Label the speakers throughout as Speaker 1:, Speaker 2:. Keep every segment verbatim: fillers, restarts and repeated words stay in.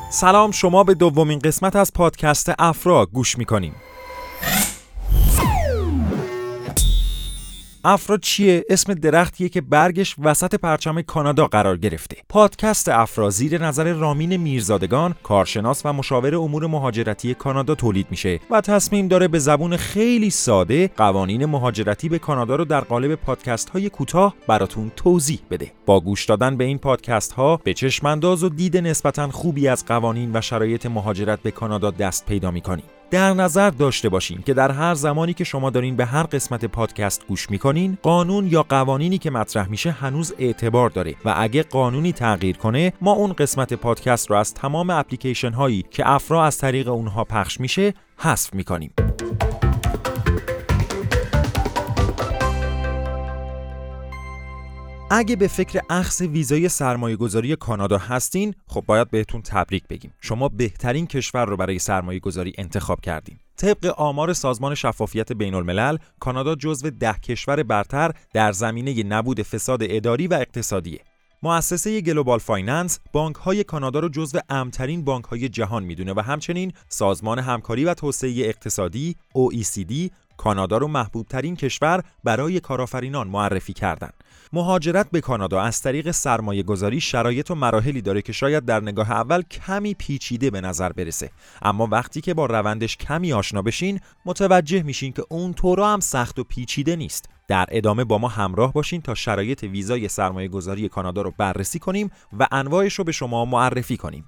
Speaker 1: سلام، شما به دومین قسمت از پادکست افرا گوش میکنیم. افرا چیه؟ اسم درختیه که برگش وسط پرچم کانادا قرار گرفته. پادکست افرا زیر نظر رامین میرزادگان، کارشناس و مشاور امور مهاجرتی کانادا تولید میشه و تصمیم داره به زبون خیلی ساده قوانین مهاجرتی به کانادا رو در قالب پادکست های کوتاه براتون توضیح بده. با گوش دادن به این پادکست ها به چشم انداز و دید نسبتاً خوبی از قوانین و شرایط مهاجرت به کانادا دست پیدا میکنید. در نظر داشته باشین که در هر زمانی که شما دارین به هر قسمت پادکست گوش میکنین، قانون یا قوانینی که مطرح میشه هنوز اعتبار داره و اگه قانونی تغییر کنه، ما اون قسمت پادکست رو از تمام اپلیکیشن هایی که افرا از طریق اونها پخش میشه حذف میکنیم. اگه به فکر اخذ ویزای سرمایه‌گذاری کانادا هستین، خب باید بهتون تبریک بگیم. شما بهترین کشور رو برای سرمایه‌گذاری انتخاب کردین. طبق آمار سازمان شفافیت بین‌الملل، کانادا جزو ده کشور برتر در زمینه نبود فساد اداری و اقتصادیه. مؤسسه گلوبال فایننس بانک‌های کانادا رو جزو امن‌ترین بانک‌های جهان میدونه و همچنین سازمان همکاری و توسعه اقتصادی او ای سی دی کانادا رو محبوب‌ترین کشور برای کارآفرینان معرفی کردن. مهاجرت به کانادا از طریق سرمایه گذاری شرایط و مراحلی داره که شاید در نگاه اول کمی پیچیده به نظر برسه، اما وقتی که با روندش کمی آشنا بشین متوجه میشین که اون طورا هم سخت و پیچیده نیست. در ادامه با ما همراه باشین تا شرایط ویزای سرمایه گذاری کانادا رو بررسی کنیم و انواعش رو به شما معرفی کنیم.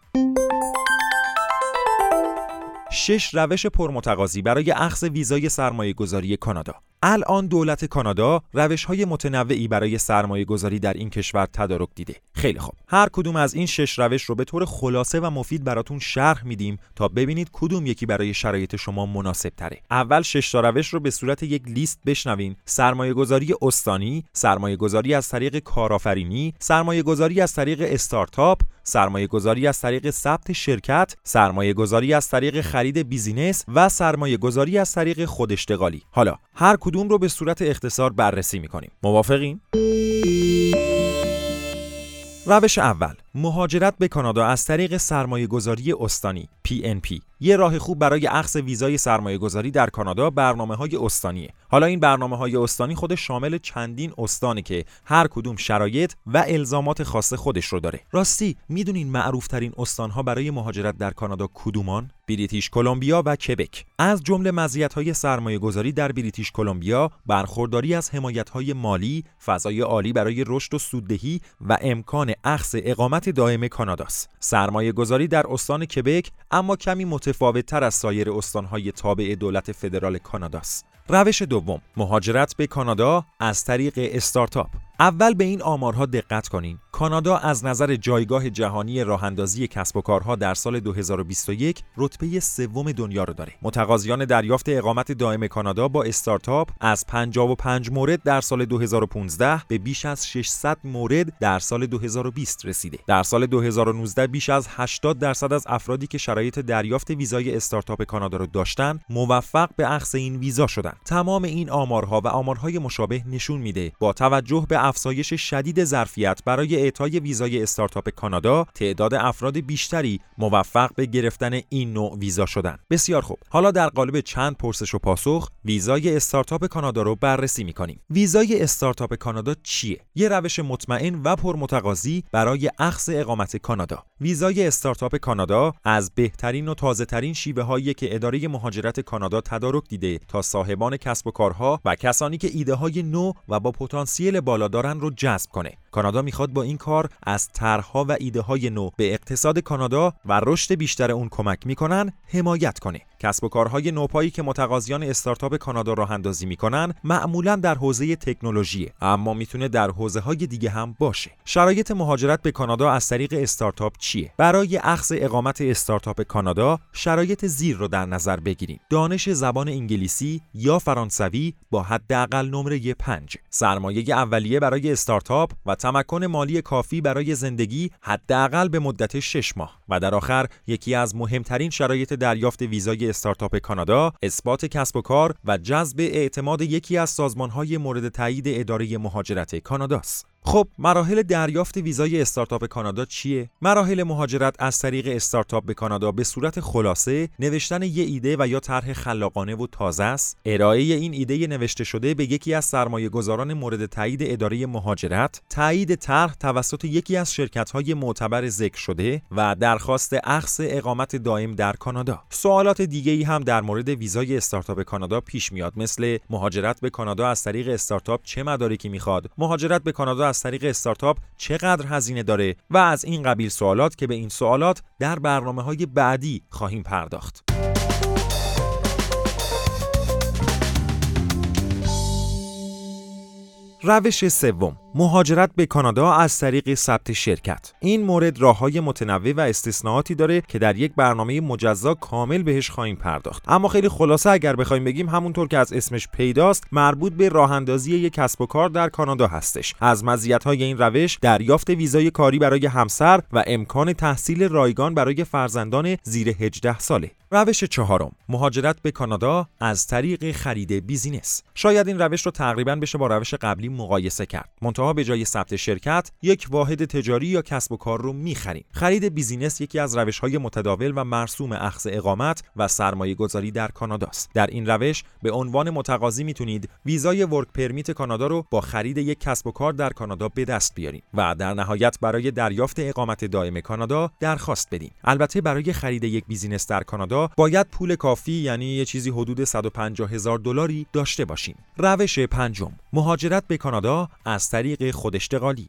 Speaker 1: شش روش پرمتقاضی برای اخذ ویزای سرمایه گذاری کانادا. الان دولت کانادا روش‌های متنوعی برای سرمایه‌گذاری در این کشور تدارک دیده. خیلی خوب. هر کدوم از این شش روش رو به طور خلاصه و مفید براتون شرح میدیم تا ببینید کدوم یکی برای شرایط شما مناسب تره. اول شش تا روش رو به صورت یک لیست بشنوین: سرمایه‌گذاری استانی، سرمایه‌گذاری از طریق کارآفرینی، سرمایه‌گذاری از طریق استارتاپ، سرمایه‌گذاری از طریق ثبت شرکت، سرمایه‌گذاری از طریق خرید بیزینس و سرمایه‌گذاری از طریق خوداشتغالی. حالا هر کدوم رو به صورت اختصار بررسی می‌کنیم. موافقین؟ روش اول، مهاجرت به کانادا از طریق سرمایه‌گذاری استانی پی ان پی. یه راه خوب برای اخذ ویزای سرمایه‌گذاری در کانادا برنامه‌های استانیه. حالا این برنامه‌های استانی خود شامل چندین استانه که هر کدوم شرایط و الزامات خاص خودش رو داره. راستی میدونین معروف‌ترین استان‌ها برای مهاجرت در کانادا کدومان؟ بریتیش کلمبیا و کبک. از جمله مزیت‌های سرمایه‌گذاری در بریتیش کلمبیا برخورداری از حمایت‌های مالی، فضای عالی برای رشد و سوددهی و امکان اخذ اقامت دائم کاناداست. سرمایه‌گذاری در استان کبک اما کمی متفاوت‌تر از سایر استان‌های تابع دولت فدرال کاناداست. روش دوم، مهاجرت به کانادا از طریق استارتاپ. اول به این آمارها دقت کنین. کانادا از نظر جایگاه جهانی راه‌اندازی کسب و کارها در سال دو هزار و بیست و یک رتبه سوم دنیا رو داره. متقاضیان دریافت اقامت دائم کانادا با استارتاپ از پنجاه و پنج مورد در سال دو هزار و پانزده به بیش از ششصد مورد در سال دو هزار و بیست رسیده. در سال دو هزار و نوزده بیش از هشتاد درصد از افرادی که شرایط دریافت ویزای استارتاپ کانادا رو داشتن، موفق به اخذ این ویزا شدن. تمام این آمارها و آمارهای مشابه نشون میده با توجه به افزایش شدید ظرفیت برای اعطای ویزای استارتاپ کانادا، تعداد افراد بیشتری موفق به گرفتن این نوع ویزا شدن. بسیار خوب. حالا در قالب چند پرسش و پاسخ ویزای استارتاپ کانادا رو بررسی می‌کنیم. ویزای استارتاپ کانادا چیه؟ یه روش مطمئن و پرمتقاضی برای اخذ اقامت کانادا. ویزای استارتاپ کانادا از بهترین و تازه‌ترین شیوه‌هایی که اداره مهاجرت کانادا تدارک دیده تا صاحبان کسب و کارها و کسانی که ایده‌های نو و با پتانسیل بالا دارن رو جذب کنه. کانادا میخواد با این کار از طرح‌ها و ایده‌های نو به اقتصاد کانادا و رشد بیشتر اون کمک میکنن حمایت کنه. کسب و کارهای نوپایی که متقاضیان استارتاپ کانادا راه اندازی میکنن معمولاً در حوزه تکنولوژی، اما میتونه در حوزه‌های دیگه هم باشه. شرایط مهاجرت به کانادا از طریق استارتاپ چیه؟ برای اخذ اقامت استارتاپ کانادا شرایط زیر رو در نظر بگیرید. دانش زبان انگلیسی یا فرانسوی با حداقل نمره پنج، سرمایه اولیه برای استارتاپ و تمکن مالی کافی برای زندگی حداقل به مدت شش ماه و در آخر یکی از مهمترین شرایط دریافت ویزای استارتاپ کانادا اثبات کسب و کار و جذب اعتماد یکی از سازمان‌های مورد تایید اداره مهاجرت کاناداست. خب مراحل دریافت ویزای استارتاپ کانادا چیه؟ مراحل مهاجرت از طریق استارتاپ به کانادا به صورت خلاصه نوشتن یه ایده و یا طرح خلاقانه و تازه است، ارائه این ایده نوشته شده به یکی از سرمایه‌گذاران مورد تایید اداره مهاجرت، تایید طرح توسط یکی از شرکت‌های معتبر ذکر شده و درخواست اخذ اقامت دائم در کانادا. سوالات دیگه‌ای هم در مورد ویزای استارتاپ کانادا پیش میاد، مثل مهاجرت به کانادا از طریق استارتاپ چه مدارکی میخواد، مهاجرت به کانادا از طریق استارتاپ چقدر هزینه داره و از این قبیل سوالات که به این سوالات در برنامه‌های بعدی خواهیم پرداخت. روش سوم، مهاجرت به کانادا از طریق ثبت شرکت. این مورد راه‌های متنوع و استثناءاتی داره که در یک برنامه مجزا کامل بهش خواهیم پرداخت. اما خیلی خلاصه اگر بخوایم بگیم، همونطور که از اسمش پیداست، مربوط به راه اندازی یک کسب و کار در کانادا هستش. از مزیت‌های این روش دریافت ویزای کاری برای همسر و امکان تحصیل رایگان برای فرزندان زیر هجده ساله. روش چهارم، مهاجرت به کانادا از طریق خرید بیزینس. شاید این روش رو تقریباً بشه با روش قبلی مقایسه کرد. منتها به جای ثبت شرکت، یک واحد تجاری یا کسب و کار رو می‌خریم. خرید بیزینس یکی از روش‌های متداول و مرسوم اخذ اقامت و سرمایه‌گذاری در کانادا است. در این روش به عنوان متقاضی میتونید ویزای ورک پرمیت کانادا رو با خرید یک کسب و کار در کانادا به دست بیارید و در نهایت برای دریافت اقامت دائم کانادا درخواست بدین. البته برای خرید یک بیزینس در کانادا باید پول کافی، یعنی یه چیزی حدود صد و پنجاه هزار دلاری داشته باشیم. روش پنجم، مهاجرت به کانادا از طریق خوداشتغالی.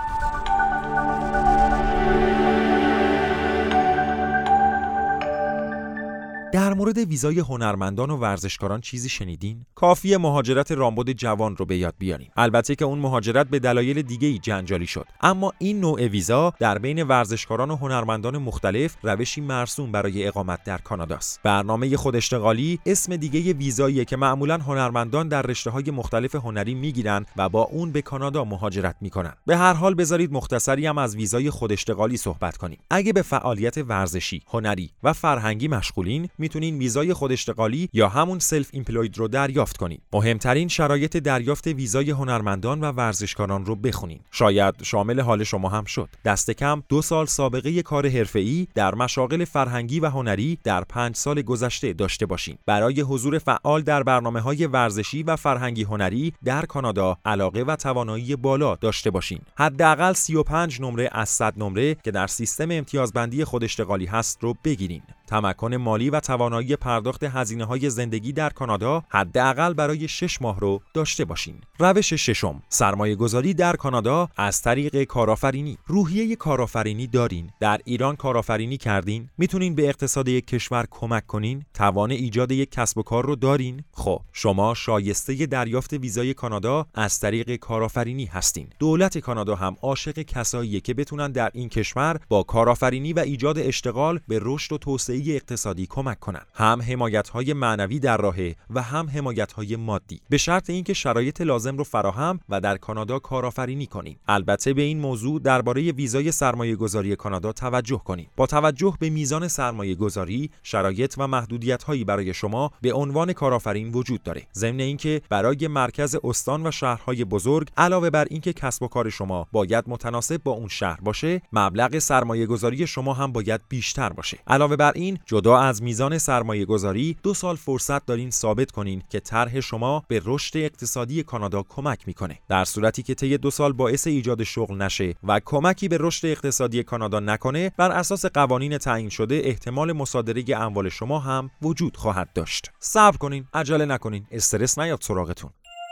Speaker 1: در مورد ویزای هنرمندان و ورزشکاران چیزی شنیدین؟ کافیه مهاجرت رامبد جوان رو به یاد بیاریم. البته که اون مهاجرت به دلایل دیگه‌ای جنجالی شد، اما این نوع ویزا در بین ورزشکاران و هنرمندان مختلف روشی مرسوم برای اقامت در کاناداست. برنامه خوداشتغالی اسم دیگه ویزاییه که معمولاً هنرمندان در رشته‌های مختلف هنری میگیرن و با اون به کانادا مهاجرت میکنن. به هر حال بذارید مختصری هم از ویزای خوداشتغالی صحبت کنیم. اگه به فعالیت ورزشی، هنری و فرهنگی مشغولین، میتونین ویزای خوداشتغالی یا همون سلف ایمپلوید رو دریافت کنین. مهمترین شرایط دریافت ویزای هنرمندان و ورزشکاران رو بخونین. شاید شامل حال شما هم شد. دست کم دو سال سابقه کار حرفه‌ای در مشاغل فرهنگی و هنری در پنج سال گذشته داشته باشین. برای حضور فعال در برنامه‌های ورزشی و فرهنگی هنری در کانادا علاقه و توانایی بالا داشته باشین. حداقل سی و پنج نمره از صد نمره که در سیستم امتیازبندی خوداشتغالی هست رو بگیرین. تمکن مالی و توانایی پرداخت هزینه‌های زندگی در کانادا حداقل برای شش ماه رو داشته باشین. روش ششم، سرمایه‌گذاری در کانادا از طریق کارآفرینی. روحیه کارآفرینی دارین؟ در ایران کارآفرینی کردین؟ میتونین به اقتصاد یک کشور کمک کنین؟ توان ایجاد یک کسب و کار رو دارین؟ خب شما شایسته دریافت ویزای کانادا از طریق کارآفرینی هستین. دولت کانادا هم عاشق کساییه که بتونن در این کشور با کارآفرینی و ایجاد اشتغال به رشد و توسعه اقتصادی کمک کنن. هم حمایت‌های معنوی در راهه و هم حمایت‌های مادی، به شرط اینکه شرایط لازم رو فراهم و در کانادا کارآفرینی کنین. البته به این موضوع درباره ویزای سرمایه‌گذاری کانادا توجه کنین. با توجه به میزان سرمایه‌گذاری، شرایط و محدودیت‌هایی برای شما به عنوان کارآفرین وجود داره. ضمن اینکه برای مرکز استان و شهرهای بزرگ، علاوه بر اینکه کسب و کار شما باید متناسب با اون شهر باشه، مبلغ سرمایه‌گذاری شما هم باید بیشتر باشه. علاوه بر این، جدا از میزان سرمایه گذاری، دو سال فرصت دارین ثابت کنین که طرح شما به رشد اقتصادی کانادا کمک میکنه. در صورتی که طی دو سال باعث ایجاد شغل نشه و کمکی به رشد اقتصادی کانادا نکنه، بر اساس قوانین تعیین شده احتمال مصادره اموال شما هم وجود خواهد داشت. صبر کنین، عجله نکنین، استرس نیاد سراغتون.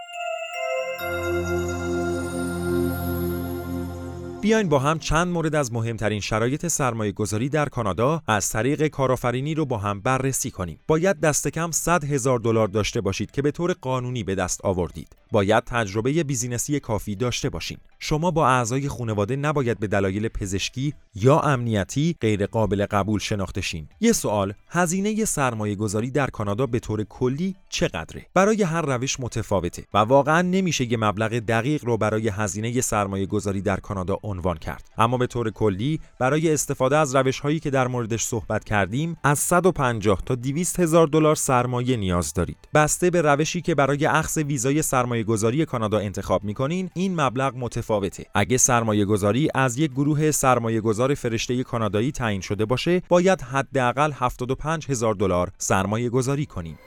Speaker 1: بیاین با هم چند مورد از مهمترین شرایط سرمایه‌گذاری در کانادا از طریق کارآفرینی رو با هم بررسی کنیم. باید دست کم صد هزار دلار داشته باشید که به طور قانونی به دست آوردید. باید تجربه بیزینسی کافی داشته باشین. شما با اعضای خانواده نباید به دلایل پزشکی یا امنیتی غیر قابل قبول شناخته شین. یه سوال، هزینه سرمایه‌گذاری در کانادا به طور کلی چقدره؟ برای هر روش متفاوته و واقعا نمیشه یه مبلغ دقیق رو برای هزینه سرمایه‌گذاری در کانادا عنوان کرد. اما به طور کلی برای استفاده از روش‌هایی که در موردش صحبت کردیم، از صد و پنجاه تا دویست هزار دلار سرمایه نیاز دارید. بسته به روشی که برای اخذ ویزای سرمایه گذاری کانادا انتخاب میکنین این مبلغ متفاوته. اگه سرمایه گذاری از یک گروه سرمایه گذار فرشته کانادایی تعیین شده باشه باید حداقل هفتاد و پنج هزار دلار سرمایه گذاری کنین.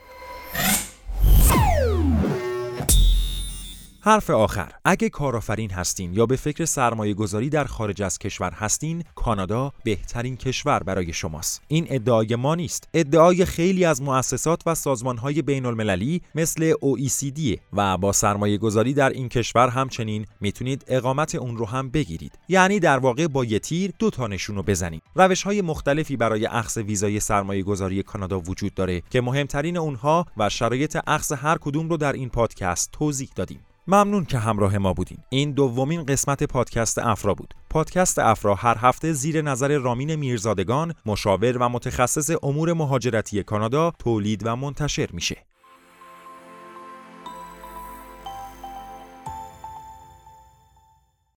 Speaker 1: حرف آخر، اگه کارآفرین هستین یا به فکر سرمایه گذاری در خارج از کشور هستین، کانادا بهترین کشور برای شماست. این ادعای ما نیست، ادعای خیلی از مؤسسات و سازمان‌های بین‌المللی مثل او ای سی دی و با سرمایه گذاری در این کشور همچنین میتونید اقامت اون رو هم بگیرید. یعنی در واقع با یه تیر دو تا نشونو بزنید. روش‌های مختلفی برای اخذ ویزای سرمایه گذاری کانادا وجود داره که مهمترین اونها و شرایط اخذ هر کدوم رو در این پادکست توضیح دادیم. ممنون که همراه ما بودین. این دومین قسمت پادکست افرا بود. پادکست افرا هر هفته زیر نظر رامین میرزادگان، مشاور و متخصص امور مهاجرتی کانادا تولید و منتشر میشه.